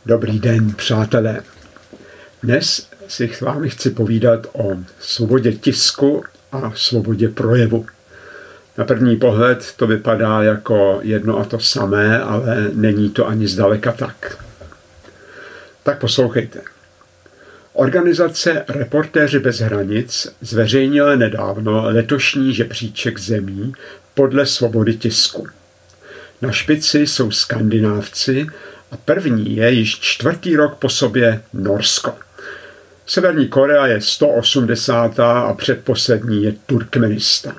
Dobrý den, přátelé. Dnes si s vámi chci povídat o svobodě tisku a svobodě projevu. Na první pohled to vypadá jako jedno a to samé, ale není to ani zdaleka tak. Tak poslouchejte. Organizace Reportéři bez hranic zveřejnila nedávno letošní žebříček zemí podle svobody tisku. Na špici jsou Skandinávci a první je již 4. rok po sobě Norsko. Severní Korea je 180. a předposlední je Turkmenistán.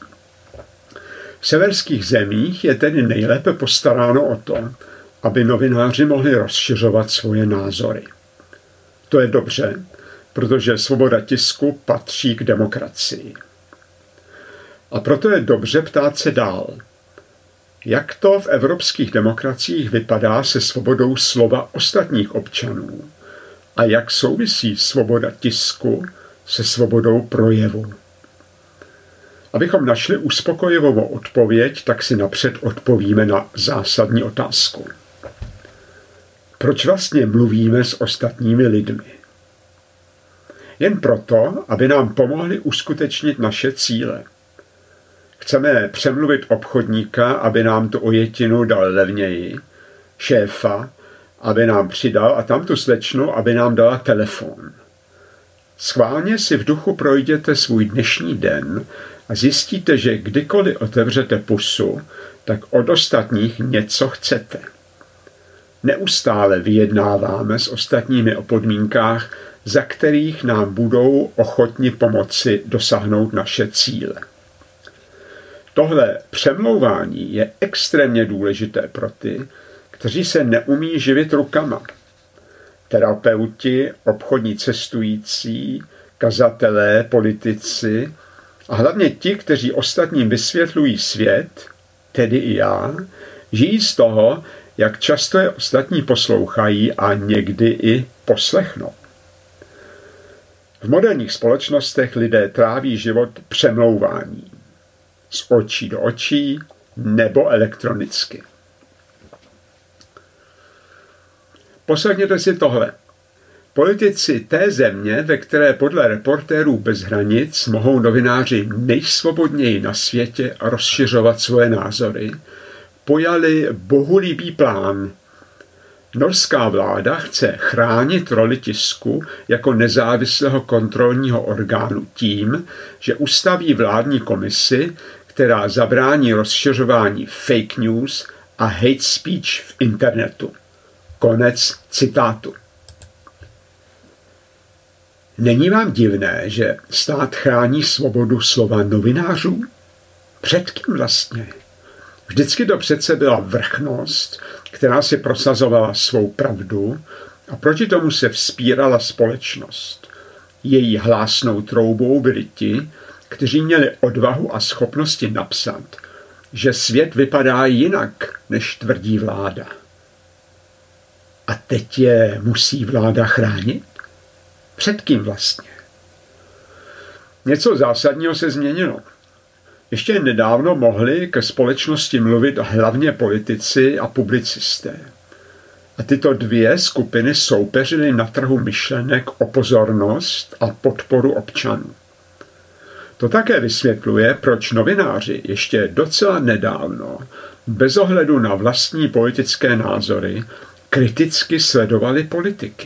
V severských zemích je tedy nejlépe postaráno o to, aby novináři mohli rozšiřovat svoje názory. To je dobře, protože svoboda tisku patří k demokracii. A proto je dobře ptát se dál. Jak to v evropských demokraciích vypadá se svobodou slova ostatních občanů? A jak souvisí svoboda tisku se svobodou projevu? Abychom našli uspokojivou odpověď, tak si napřed odpovíme na zásadní otázku. Proč vlastně mluvíme s ostatními lidmi? Jen proto, aby nám pomohli uskutečnit naše cíle. Chceme přemluvit obchodníka, aby nám tu ojetinu dal levněji, šéfa, aby nám přidal a tamtu slečnu, aby nám dala telefon. Schválně si v duchu projděte svůj dnešní den a zjistíte, že kdykoliv otevřete pusu, tak od ostatních něco chcete. Neustále vyjednáváme s ostatními o podmínkách, za kterých nám budou ochotni pomoci dosáhnout naše cíle. Tohle přemlouvání je extrémně důležité pro ty, kteří se neumí živit rukama. Terapeuti, obchodní cestující, kazatelé, politici a hlavně ti, kteří ostatním vysvětlují svět, tedy i já, žijí z toho, jak často je ostatní poslouchají a někdy i poslechnou. V moderních společnostech lidé tráví život přemlouváním. Z očí do očí nebo elektronicky. Poslechněte si tohle. Politici té země, ve které podle Reportérů bez hranic mohou novináři nejsvobodněji na světě rozšiřovat svoje názory, pojali bohulibý plán. Norská vláda chce chránit roli tisku jako nezávislého kontrolního orgánu tím, že ustaví vládní komisi, která zabrání rozšiřování fake news a hate speech v internetu. Konec citátu. Není vám divné, že stát chrání svobodu slova novinářů? Před kým vlastně? Vždycky to přece byla vrchnost, která si prosazovala svou pravdu a proti tomu se vzpírala společnost. Její hlásnou troubou byli ti, kteří měli odvahu a schopnosti napsat, že svět vypadá jinak, než tvrdí vláda. A teď je musí vláda chránit? Před kým vlastně? Něco zásadního se změnilo. Ještě nedávno mohli ke společnosti mluvit hlavně politici a publicisté. A tyto dvě skupiny soupeřily na trhu myšlenek o pozornost a podporu občanů. To také vysvětluje, proč novináři ještě docela nedávno, bez ohledu na vlastní politické názory, kriticky sledovali politiky.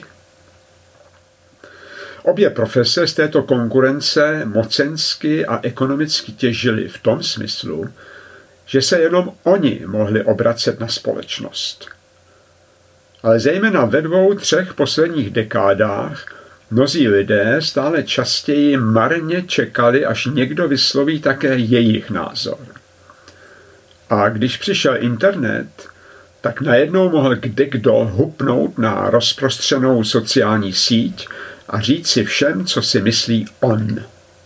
Obě profese z této konkurence mocensky a ekonomicky těžily v tom smyslu, že se jenom oni mohli obracet na společnost. Ale zejména ve 2-3 posledních dekádách mnozí lidé stále častěji marně čekali, až někdo vysloví také jejich názor. A když přišel internet, tak najednou mohl kdekdo hupnout na rozprostřenou sociální síť a říct si všem, co si myslí on.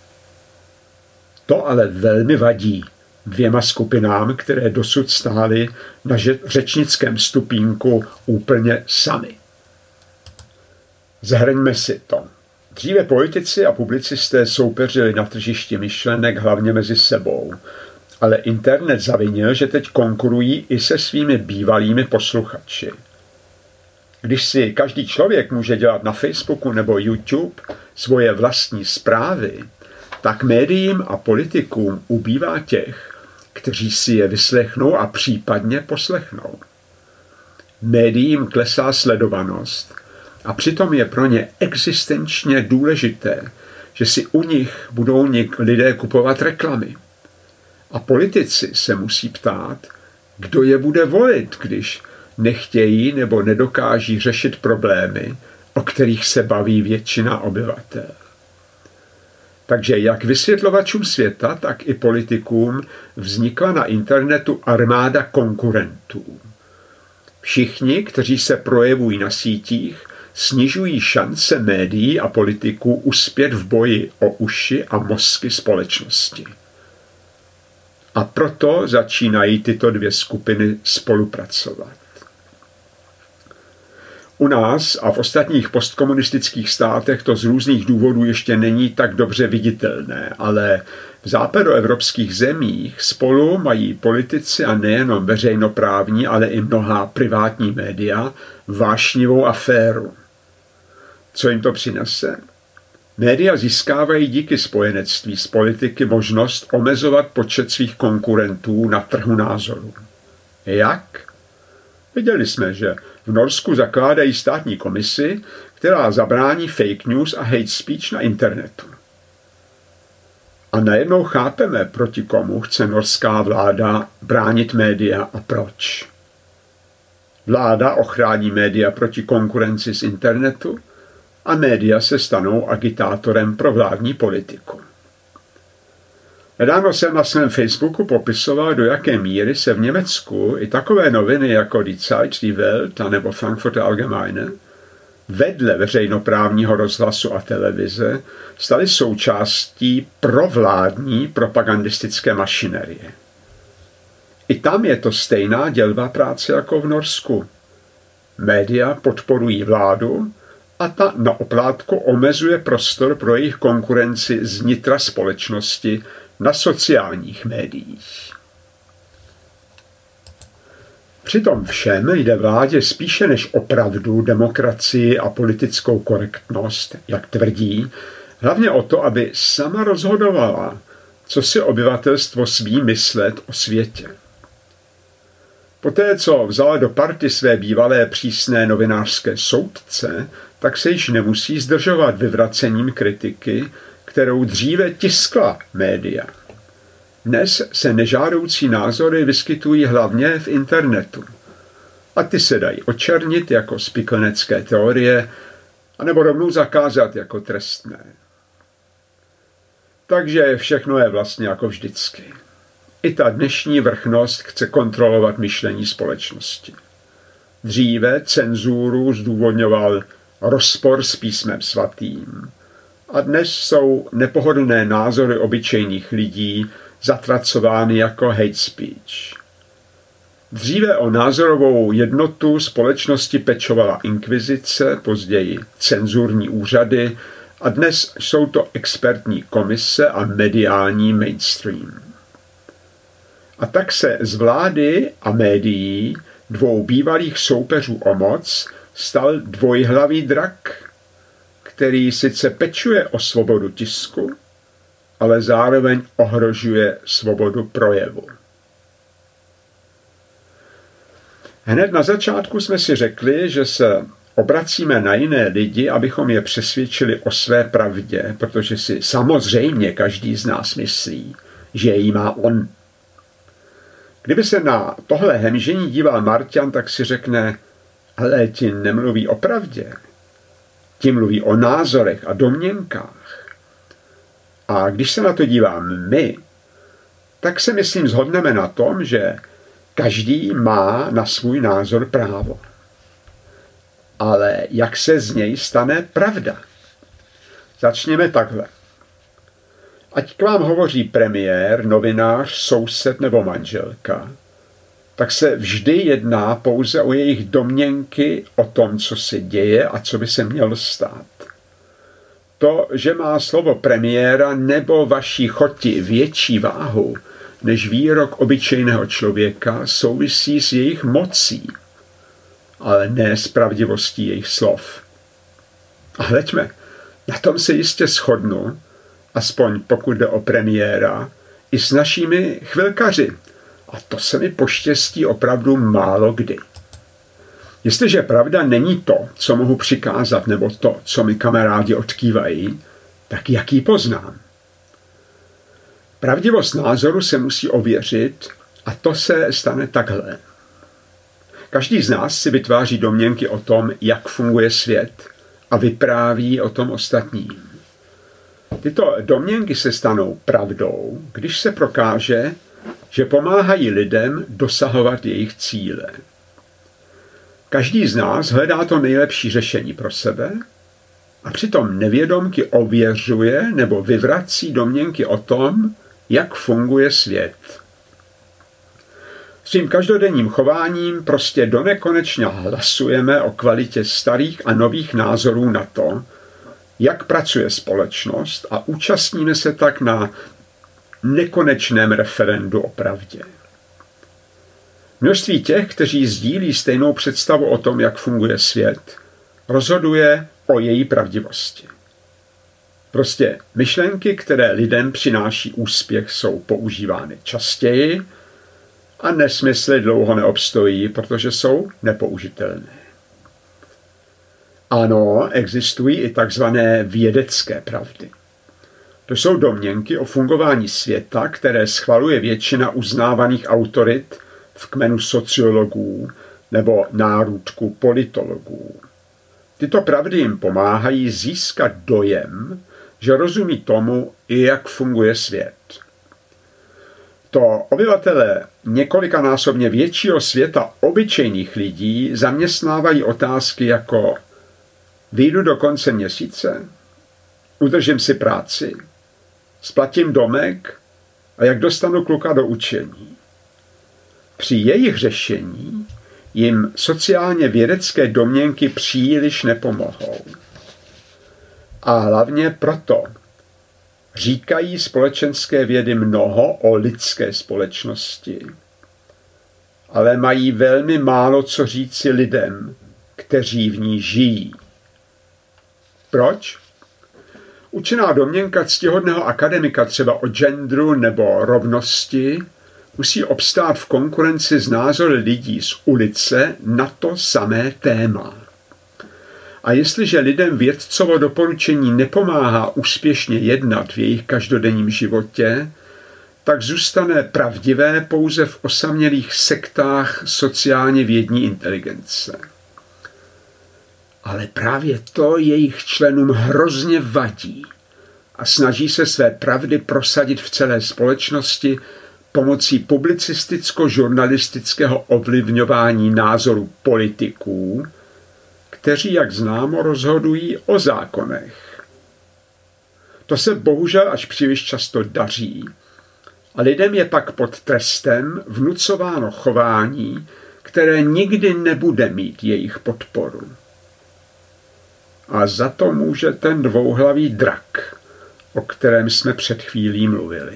To ale velmi vadí dvěma skupinám, které dosud stály na řečnickém stupínku úplně sami. Zhrňme si to. Dříve politici a publicisté soupeřili na tržišti myšlenek hlavně mezi sebou, ale internet zavinil, že teď konkurují i se svými bývalými posluchači. Když si každý člověk může dělat na Facebooku nebo YouTube svoje vlastní zprávy, tak médiím a politikům ubývá těch, kteří si je vyslechnou a případně poslechnou. Médiím klesá sledovanost a přitom je pro ně existenčně důležité, že si u nich budou lidé kupovat reklamy. A politici se musí ptát, kdo je bude volit, když nechtějí nebo nedokáží řešit problémy, o kterých se baví většina obyvatel. Takže jak vysvětlovačům světa, tak i politikům vznikla na internetu armáda konkurentů. Všichni, kteří se projevují na sítích, snižují šance médií a politiků uspět v boji o uši a mozky společnosti. A proto začínají tyto dvě skupiny spolupracovat. U nás a v ostatních postkomunistických státech to z různých důvodů ještě není tak dobře viditelné, ale v západoevropských zemích spolu mají politici a nejenom veřejnoprávní, ale i mnohá privátní média vášnivou aféru. Co jim to přinese? Média získávají díky spojenectví s politiky možnost omezovat počet svých konkurentů na trhu názorů. Jak? Viděli jsme, že v Norsku zakládají státní komisi, která zabrání fake news a hate speech na internetu. A najednou chápeme, proti komu chce norská vláda bránit média a proč. Vláda ochrání média proti konkurenci z internetu a média se stanou agitátorem pro vládní politiku. Nedávno jsem na svém Facebooku popisoval, do jaké míry se v Německu i takové noviny jako Die Zeit, Die Welt nebo Frankfurter Allgemeine vedle veřejnoprávního rozhlasu a televize staly součástí provládní propagandistické mašinerie. I tam je to stejná dělba práce jako v Norsku. Média podporují vládu a ta na oplátku omezuje prostor pro jejich konkurenci z nitra společnosti na sociálních médiích. Přitom všem jde vládě spíše než opravdu demokracii a politickou korektnost, jak tvrdí, hlavně o to, aby sama rozhodovala, co si obyvatelstvo smí myslet o světě. Poté, co vzala do party své bývalé přísné novinářské soudce, tak se již nemusí zdržovat vyvracením kritiky, kterou dříve tiskla média. Dnes se nežádoucí názory vyskytují hlavně v internetu. A ty se dají očernit jako spiklenecké teorie, anebo rovnou zakázat jako trestné. Takže všechno je vlastně jako vždycky. I ta dnešní vrchnost chce kontrolovat myšlení společnosti. Dříve cenzuru zdůvodňoval rozpor s písmem svatým. A dnes jsou nepohodlné názory obyčejných lidí zatracovány jako hate speech. Dříve o názorovou jednotu společnosti pečovala inkvizice, později cenzurní úřady a dnes jsou to expertní komise a mediální mainstream. A tak se z vlády a médií, dvou bývalých soupeřů o moc, stal dvojhlavý drak, který sice pečuje o svobodu tisku, ale zároveň ohrožuje svobodu projevu. Hned na začátku jsme si řekli, že se obracíme na jiné lidi, abychom je přesvědčili o své pravdě, protože si samozřejmě každý z nás myslí, že ji má on. Kdyby se na tohle hemžení díval Marťan, tak si řekne, ale ti nemluví o pravdě, ti mluví o názorech a domněnkách. A když se na to dívám my, tak se myslím shodneme na tom, že každý má na svůj názor právo. Ale jak se z něj stane pravda? Začněme takhle. Ať k vám hovoří premiér, novinář, soused nebo manželka, tak se vždy jedná pouze o jejich domněnky o tom, co se děje a co by se mělo stát. To, že má slovo premiéra nebo vaší choti větší váhu než výrok obyčejného člověka, souvisí s jejich mocí. ale ne s pravdivostí jejich slov. A hleďme, na tom se jistě shodnu, aspoň pokud jde o premiéra, i s našimi chvilkaři. A to se mi poštěstí opravdu málo kdy. Jestliže pravda není to, co mohu přikázat, nebo to, co mi kamarádi odkývají, tak jak ji poznám? Pravdivost názoru se musí ověřit a to se stane takhle. Každý z nás si vytváří domněnky o tom, jak funguje svět a vypráví o tom ostatním. Tyto domněnky se stanou pravdou, když se prokáže, že pomáhají lidem dosahovat jejich cíle. Každý z nás hledá to nejlepší řešení pro sebe a přitom nevědomky ověřuje nebo vyvrací domněnky o tom, jak funguje svět. Svým každodenním chováním prostě donekonečna hlasujeme o kvalitě starých a nových názorů na to, jak pracuje společnost a účastníme se tak na nekonečném referendu o pravdě. Množství těch, kteří sdílí stejnou představu o tom, jak funguje svět, rozhoduje o její pravdivosti. Prostě myšlenky, které lidem přináší úspěch, jsou používány častěji a nesmysly dlouho neobstojí, protože jsou nepoužitelné. Ano, existují i takzvané vědecké pravdy. To jsou domněnky o fungování světa, které schvaluje většina uznávaných autorit v kmenu sociologů nebo nárůdku politologů. Tyto pravdy jim pomáhají získat dojem, že rozumí tomu, jak funguje svět. To obyvatele několikanásobně většího světa obyčejných lidí zaměstnávají otázky jako: vyjdu do konce měsíce? Udržím si práci? Splatím domek? A jak dostanu kluka do učení? Při jejich řešení jim sociálně vědecké domněnky příliš nepomohou. A hlavně proto říkají společenské vědy mnoho o lidské společnosti, ale mají velmi málo co říci lidem, kteří v ní žijí. Proč? Učená domněnka ctihodného akademika třeba o genderu nebo rovnosti musí obstát v konkurenci s názory lidí z ulice na to samé téma. A jestliže lidem vědcovo doporučení nepomáhá úspěšně jednat v jejich každodenním životě, tak zůstane pravdivé pouze v osamělých sektách sociálně vědní inteligence. Ale právě to jejich členům hrozně vadí a snaží se své pravdy prosadit v celé společnosti pomocí publicisticko-žurnalistického ovlivňování názorů politiků, kteří, jak známo, rozhodují o zákonech. To se bohužel až příliš často daří a lidem je pak pod trestem vnucováno chování, které nikdy nebude mít jejich podporu. A za to může ten dvouhlavý drak, o kterém jsme před chvílí mluvili.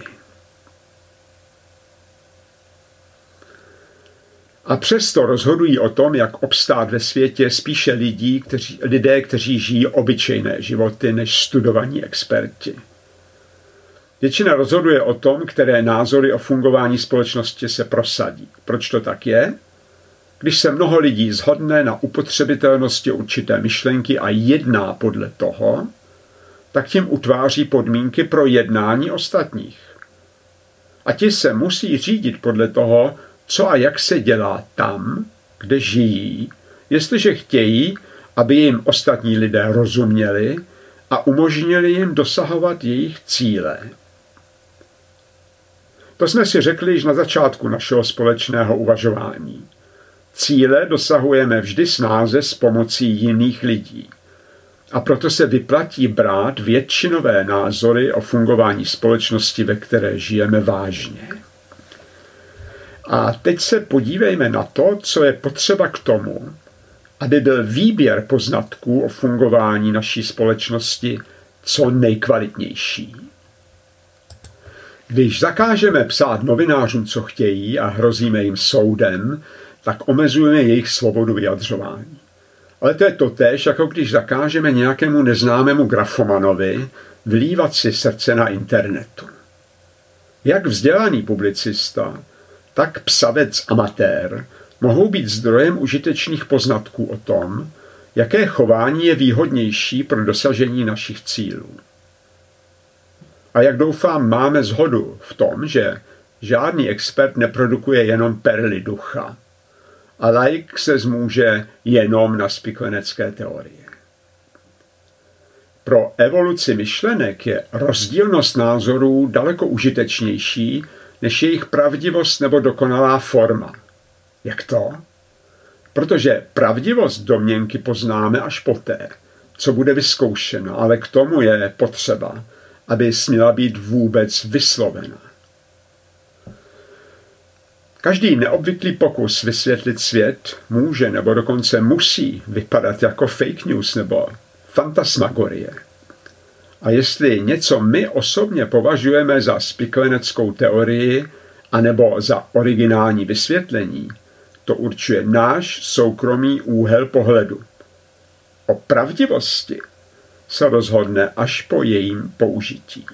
A přesto rozhodují o tom, jak obstát ve světě, spíše lidé, kteří žijí obyčejné životy, než studovaní experti. Většina rozhoduje o tom, které názory o fungování společnosti se prosadí. Proč to tak je? Když se mnoho lidí shodne na upotřebitelnosti určité myšlenky a jedná podle toho, tak tím utváří podmínky pro jednání ostatních. A ti se musí řídit podle toho, co a jak se dělá tam, kde žijí, jestliže chtějí, aby jim ostatní lidé rozuměli a umožnili jim dosahovat jejich cíle. To jsme si řekli již na začátku našeho společného uvažování. Cíle dosahujeme vždy snáze s pomocí jiných lidí. A proto se vyplatí brát většinové názory o fungování společnosti, ve které žijeme, vážně. A teď se podívejme na to, co je potřeba k tomu, aby byl výběr poznatků o fungování naší společnosti co nejkvalitnější. Když zakážeme psát novinářům, co chtějí, a hrozíme jim soudem, tak omezujeme jejich svobodu vyjadřování. Ale to je totéž, jako když zakážeme nějakému neznámému grafomanovi vlívat si srdce na internetu. Jak vzdělaný publicista, tak psavec amatér mohou být zdrojem užitečných poznatků o tom, jaké chování je výhodnější pro dosažení našich cílů. A jak doufám, máme shodu v tom, že žádný expert neprodukuje jenom perly ducha a laik se zmůže jenom na spiklenecké teorie. Pro evoluci myšlenek je rozdílnost názorů daleko užitečnější než jejich pravdivost nebo dokonalá forma. Jak to? Protože pravdivost domněnky poznáme až poté, co bude vyzkoušena, ale k tomu je potřeba, aby směla být vůbec vyslovena. Každý neobvyklý pokus vysvětlit svět může nebo dokonce musí vypadat jako fake news nebo fantasmagorie. A jestli něco my osobně považujeme za spikleneckou teorii anebo za originální vysvětlení, to určuje náš soukromý úhel pohledu. O pravdivosti se rozhodne až po jejím použití.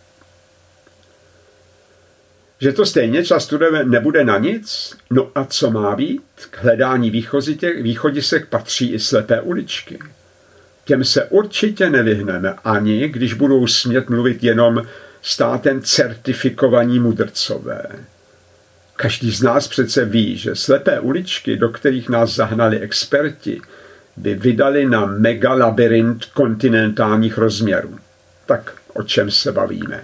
Že to stejně často nebude na nic? No a co má být? K hledání východisek patří i slepé uličky. Těm se určitě nevyhneme, ani když budou smět mluvit jenom státem certifikovaní mudrcové. Každý z nás přece ví, že slepé uličky, do kterých nás zahnali experti, by vydali na megalabyrint kontinentálních rozměrů. Tak o čem se bavíme?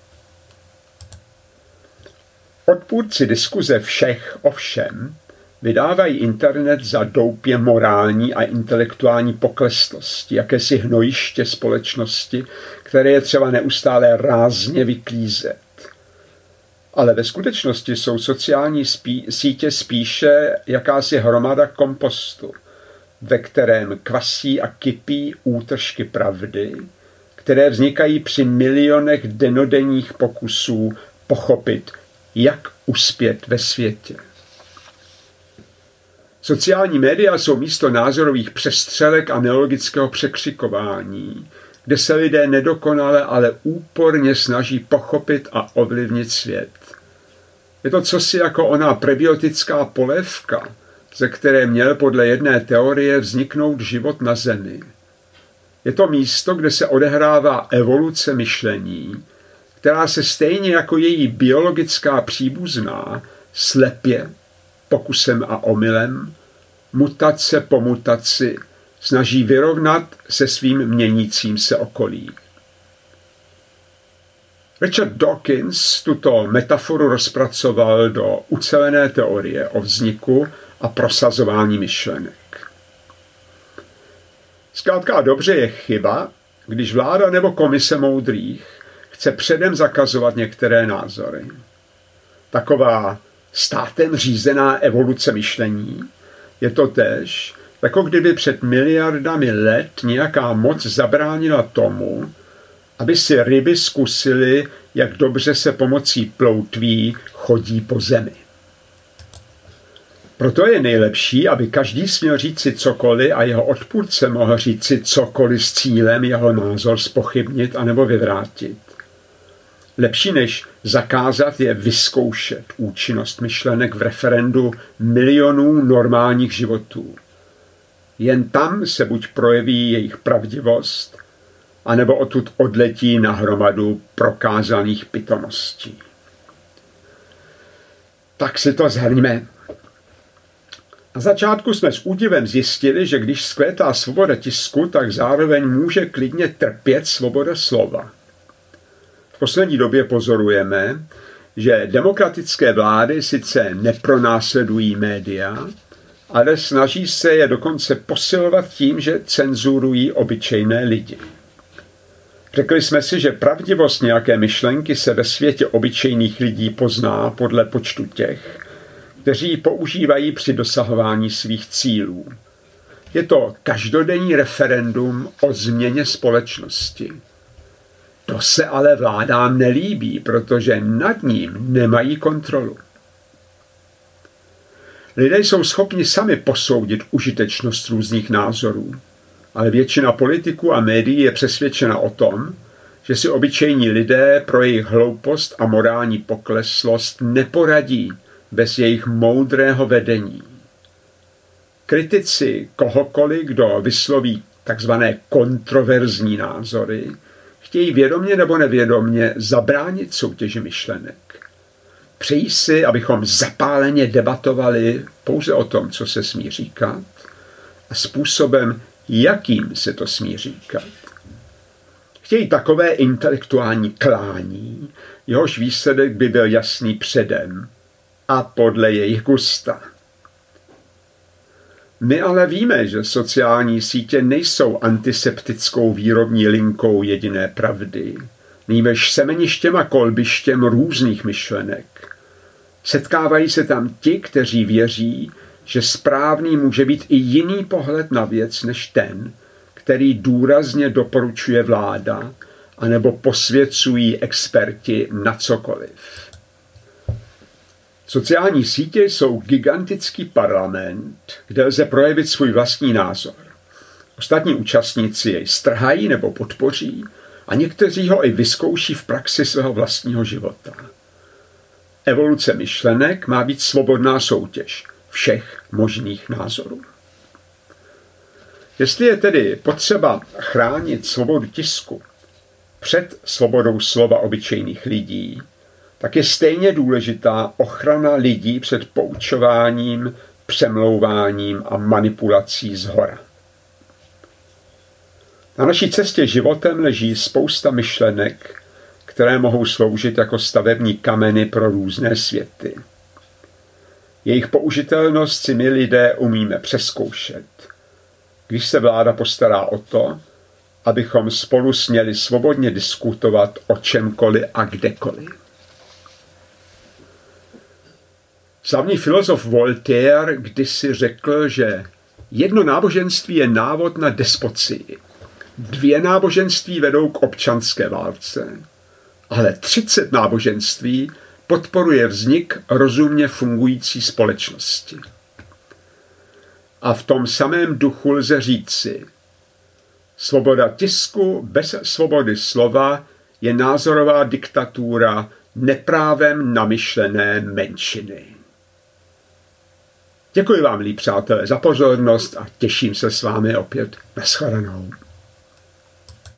Odpůrci diskuze všech o všem vydávají internet za doupě morální a intelektuální pokleslosti, jakési hnojiště společnosti, které je třeba neustále rázně vyklízet. Ale ve skutečnosti jsou sociální sítě spíše jakási hromada kompostu, ve kterém kvasí a kypí útržky pravdy, které vznikají při milionech denodenních pokusů pochopit, jak uspět ve světě. Sociální média jsou místo názorových přestřelek a nelogického překřikování, kde se lidé nedokonale, ale úporně snaží pochopit a ovlivnit svět. Je to cosi jako ona prebiotická polévka, ze které měl podle jedné teorie vzniknout život na Zemi. Je to místo, kde se odehrává evoluce myšlení, která se stejně jako její biologická příbuzná slepě, pokusem a omylem, mutace po mutaci snaží vyrovnat se svým měnícím se okolí. Richard Dawkins tuto metaforu rozpracoval do ucelené teorie o vzniku a prosazování myšlenek. Zkrátka dobře je chyba, když vláda nebo komise moudrých chce předem zakazovat některé názory. Taková státem řízená evoluce myšlení je to též, jako kdyby před miliardami let nějaká moc zabránila tomu, aby si ryby zkusily, jak dobře se pomocí ploutví chodí po zemi. Proto je nejlepší, aby každý směl říci cokoliv a jeho odpůrce mohl říci cokoliv s cílem jeho názor zpochybnit anebo vyvrátit. Lepší než zakázat je vyzkoušet účinnost myšlenek v referendu milionů normálních životů. Jen tam se buď projeví jejich pravdivost, anebo odtud odletí na hromadu prokázaných pitomostí. Tak si to shrňme. Na začátku jsme s údivem zjistili, že když vzkvétá svoboda tisku, tak zároveň může klidně trpět svoboda slova. V poslední době pozorujeme, že demokratické vlády sice nepronásledují média, ale snaží se je dokonce posilovat tím, že cenzurují obyčejné lidi. Řekli jsme si, že pravdivost nějaké myšlenky se ve světě obyčejných lidí pozná podle počtu těch, kteří ji používají při dosahování svých cílů. Je to každodenní referendum o změně společnosti. To se ale vládám nelíbí, protože nad ním nemají kontrolu. Lidé jsou schopni sami posoudit užitečnost různých názorů, ale většina politiků a médií je přesvědčena o tom, že si obyčejní lidé pro jejich hloupost a morální pokleslost neporadí bez jejich moudrého vedení. Kritici kohokoliv, kdo vysloví takzvané kontroverzní názory, chtějí vědomě nebo nevědomě zabránit soutěži myšlenek. Přejí si, abychom zapáleně debatovali pouze o tom, co se smí říkat a způsobem, jakým se to smí říkat. Chtějí takové intelektuální klání, jehož výsledek by byl jasný předem a podle jejich gusta. My ale víme, že sociální sítě nejsou antiseptickou výrobní linkou jediné pravdy, nýbrž semeništěm a kolbištěm různých myšlenek. Setkávají se tam ti, kteří věří, že správný může být i jiný pohled na věc než ten, který důrazně doporučuje vláda, anebo posvěcují experti na cokoliv. Sociální sítě jsou gigantický parlament, kde lze projevit svůj vlastní názor. Ostatní účastníci jej strhají nebo podpoří a někteří ho i vyzkouší v praxi svého vlastního života. Evoluce myšlenek má být svobodná soutěž všech možných názorů. Jestli je tedy potřeba chránit svobodu tisku před svobodou slova obyčejných lidí, tak je stejně důležitá ochrana lidí před poučováním, přemlouváním a manipulací zhora. Na naší cestě životem leží spousta myšlenek, které mohou sloužit jako stavební kameny pro různé světy. Jejich použitelnost si my lidé umíme přezkoušet, když se vláda postará o to, abychom spolu směli svobodně diskutovat o čemkoliv a kdekoliv. Slavný filozof Voltaire kdysi řekl, že jedno náboženství je návod na despocii, 2 náboženství vedou k občanské válce, ale 30 náboženství podporuje vznik rozumně fungující společnosti. A v tom samém duchu lze říci, svoboda tisku bez svobody slova je názorová diktatura neprávem namyšlené menšiny. Děkuji vám, milí přátelé, za pozornost a těším se s vámi opět. Naschledanou.